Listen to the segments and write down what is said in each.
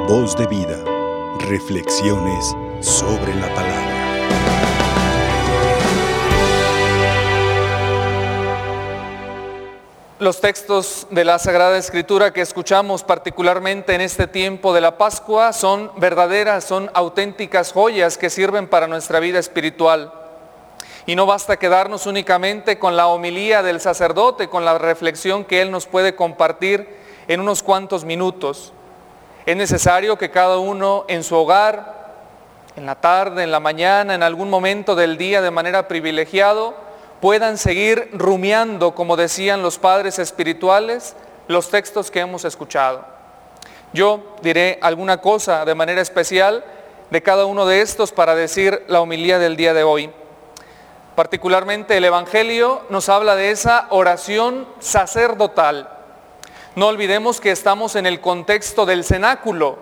Voz de vida. Reflexiones sobre la palabra. Los textos de la Sagrada Escritura que escuchamos particularmente en este tiempo de la Pascua son verdaderas, son auténticas joyas que sirven para nuestra vida espiritual. Y no basta quedarnos únicamente con la homilía del sacerdote, con la reflexión que él nos puede compartir en unos cuantos minutos. Es necesario que cada uno en su hogar, en la tarde, en la mañana, en algún momento del día de manera privilegiada, puedan seguir rumiando, como decían los padres espirituales, los textos que hemos escuchado. Yo diré alguna cosa de manera especial de cada uno de estos para decir la homilía del día de hoy. Particularmente el Evangelio nos habla de esa oración sacerdotal. No olvidemos que estamos en el contexto del cenáculo.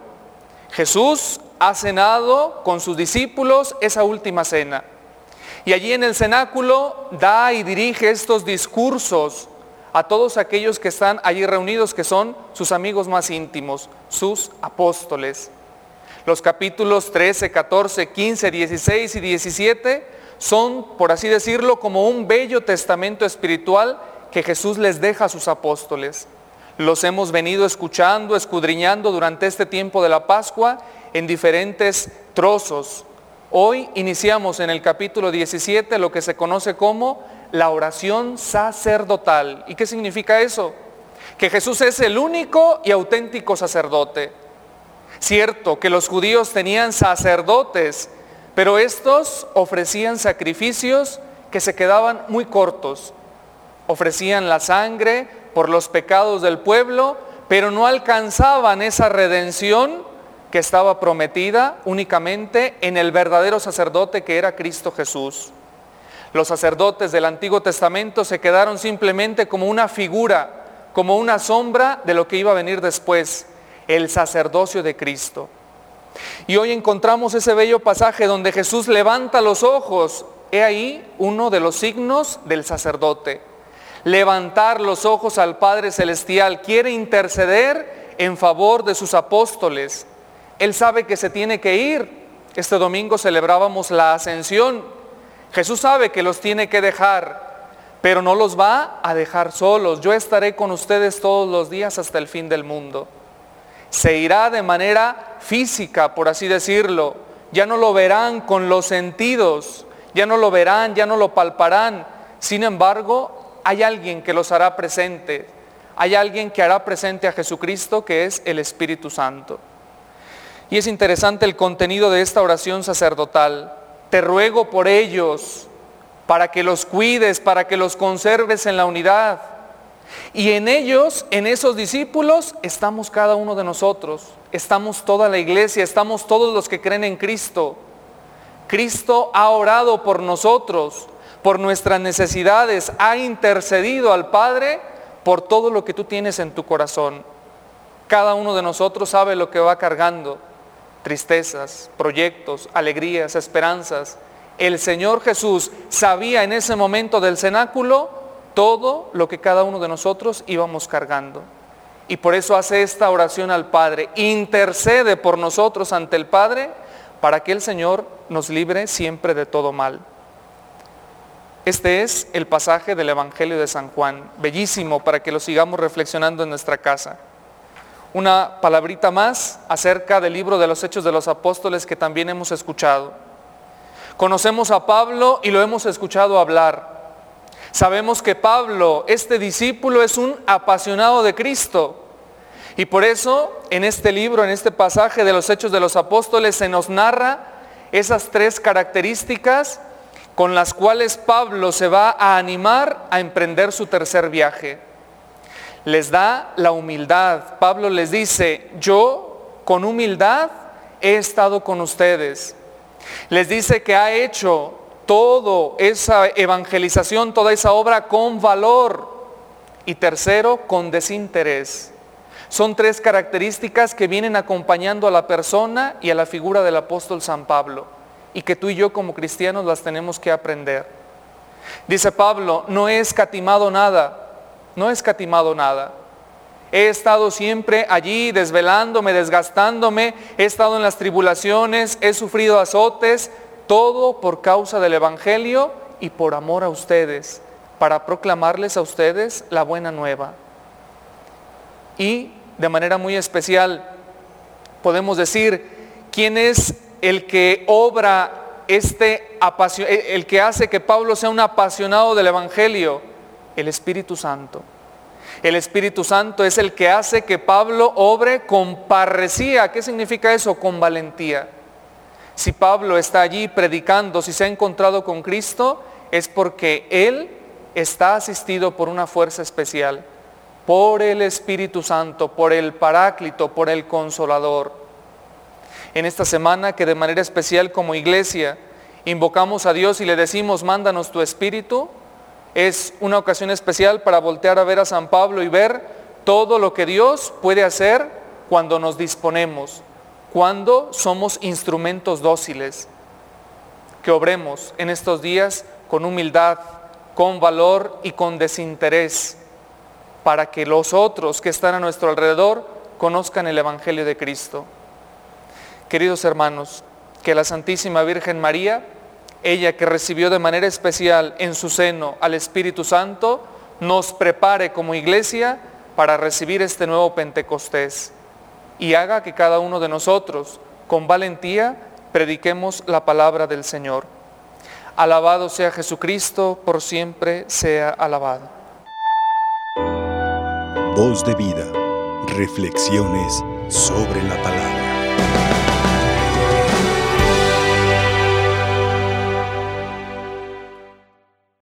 Jesús ha cenado con sus discípulos esa última cena. Y allí en el cenáculo da y dirige estos discursos a todos aquellos que están allí reunidos, que son sus amigos más íntimos, sus apóstoles. Los capítulos 13, 14, 15, 16 y 17 son, por así decirlo, como un bello testamento espiritual que Jesús les deja a sus apóstoles. Los hemos venido escuchando, escudriñando durante este tiempo de la Pascua en diferentes trozos. Hoy iniciamos en el capítulo 17 lo que se conoce como la oración sacerdotal. ¿Y qué significa eso? Que Jesús es el único y auténtico sacerdote. Cierto que los judíos tenían sacerdotes, pero estos ofrecían sacrificios que se quedaban muy cortos. Ofrecían la sangre por los pecados del pueblo, pero no alcanzaban esa redención que estaba prometida únicamente en el verdadero sacerdote que era Cristo Jesús. Los sacerdotes del Antiguo Testamento se quedaron simplemente como una figura, como una sombra de lo que iba a venir después, el sacerdocio de Cristo. Y hoy encontramos ese bello pasaje donde Jesús levanta los ojos. He ahí uno de los signos del sacerdote. Levantar los ojos al Padre Celestial, quiere interceder en favor de sus apóstoles. Él sabe que se tiene que ir. Este domingo celebrábamos la ascensión. Jesús sabe que los tiene que dejar, pero no los va a dejar solos. Yo estaré con ustedes todos los días hasta el fin del mundo. Se irá de manera física, por así decirlo. Ya no lo verán con los sentidos, ya no lo verán, ya no lo palparán. Sin embargo, hay alguien que los hará presente. Hay alguien que hará presente a Jesucristo, que es el Espíritu Santo. Y es interesante el contenido de esta oración sacerdotal. Te ruego por ellos, para que los cuides, para que los conserves en la unidad. Y en ellos, en esos discípulos, estamos cada uno de nosotros. Estamos toda la iglesia, estamos todos los que creen en Cristo. Cristo ha orado por nosotros, por nuestras necesidades, ha intercedido al Padre por todo lo que tú tienes en tu corazón. Cada uno de nosotros sabe lo que va cargando. Tristezas, proyectos, alegrías, esperanzas. El Señor Jesús sabía en ese momento del cenáculo todo lo que cada uno de nosotros íbamos cargando. Y por eso hace esta oración al Padre. Intercede por nosotros ante el Padre para que el Señor nos libre siempre de todo mal. Este es el pasaje del Evangelio de San Juan. Bellísimo para que lo sigamos reflexionando en nuestra casa. Una palabrita más acerca del libro de los Hechos de los Apóstoles que también hemos escuchado. Conocemos a Pablo y lo hemos escuchado hablar. Sabemos que Pablo, este discípulo, es un apasionado de Cristo. Y por eso, en este libro, en este pasaje de los Hechos de los Apóstoles, se nos narra esas tres características con las cuales Pablo se va a animar a emprender su tercer viaje. Les da la humildad. Pablo les dice, yo con humildad he estado con ustedes. Les dice que ha hecho toda esa evangelización, toda esa obra con valor. Y tercero, con desinterés. Son tres características que vienen acompañando a la persona y a la figura del apóstol San Pablo, y que tú y yo como cristianos las tenemos que aprender. Dice Pablo, no he escatimado nada. He estado siempre allí desvelándome, desgastándome, he estado en las tribulaciones, he sufrido azotes, todo por causa del Evangelio y por amor a ustedes, para proclamarles a ustedes la buena nueva. Y de manera muy especial podemos decir, ¿quién es el que obra el que hace que Pablo sea un apasionado del Evangelio? El Espíritu Santo. El Espíritu Santo es el que hace que Pablo obre con parresía. ¿Qué significa eso? Con valentía. Si Pablo está allí predicando, si se ha encontrado con Cristo, es porque él está asistido por una fuerza especial, por el Espíritu Santo, por el Paráclito, por el Consolador. En esta semana que de manera especial como iglesia invocamos a Dios y le decimos, mándanos tu Espíritu, es una ocasión especial para voltear a ver a San Pablo y ver todo lo que Dios puede hacer cuando nos disponemos, cuando somos instrumentos dóciles. Que obremos en estos días con humildad, con valor y con desinterés, para que los otros que están a nuestro alrededor conozcan el Evangelio de Cristo. Queridos hermanos, que la Santísima Virgen María, ella que recibió de manera especial en su seno al Espíritu Santo, nos prepare como iglesia para recibir este nuevo Pentecostés y haga que cada uno de nosotros, con valentía, prediquemos la palabra del Señor. Alabado sea Jesucristo, por siempre sea alabado. Voz de vida, reflexiones sobre la palabra.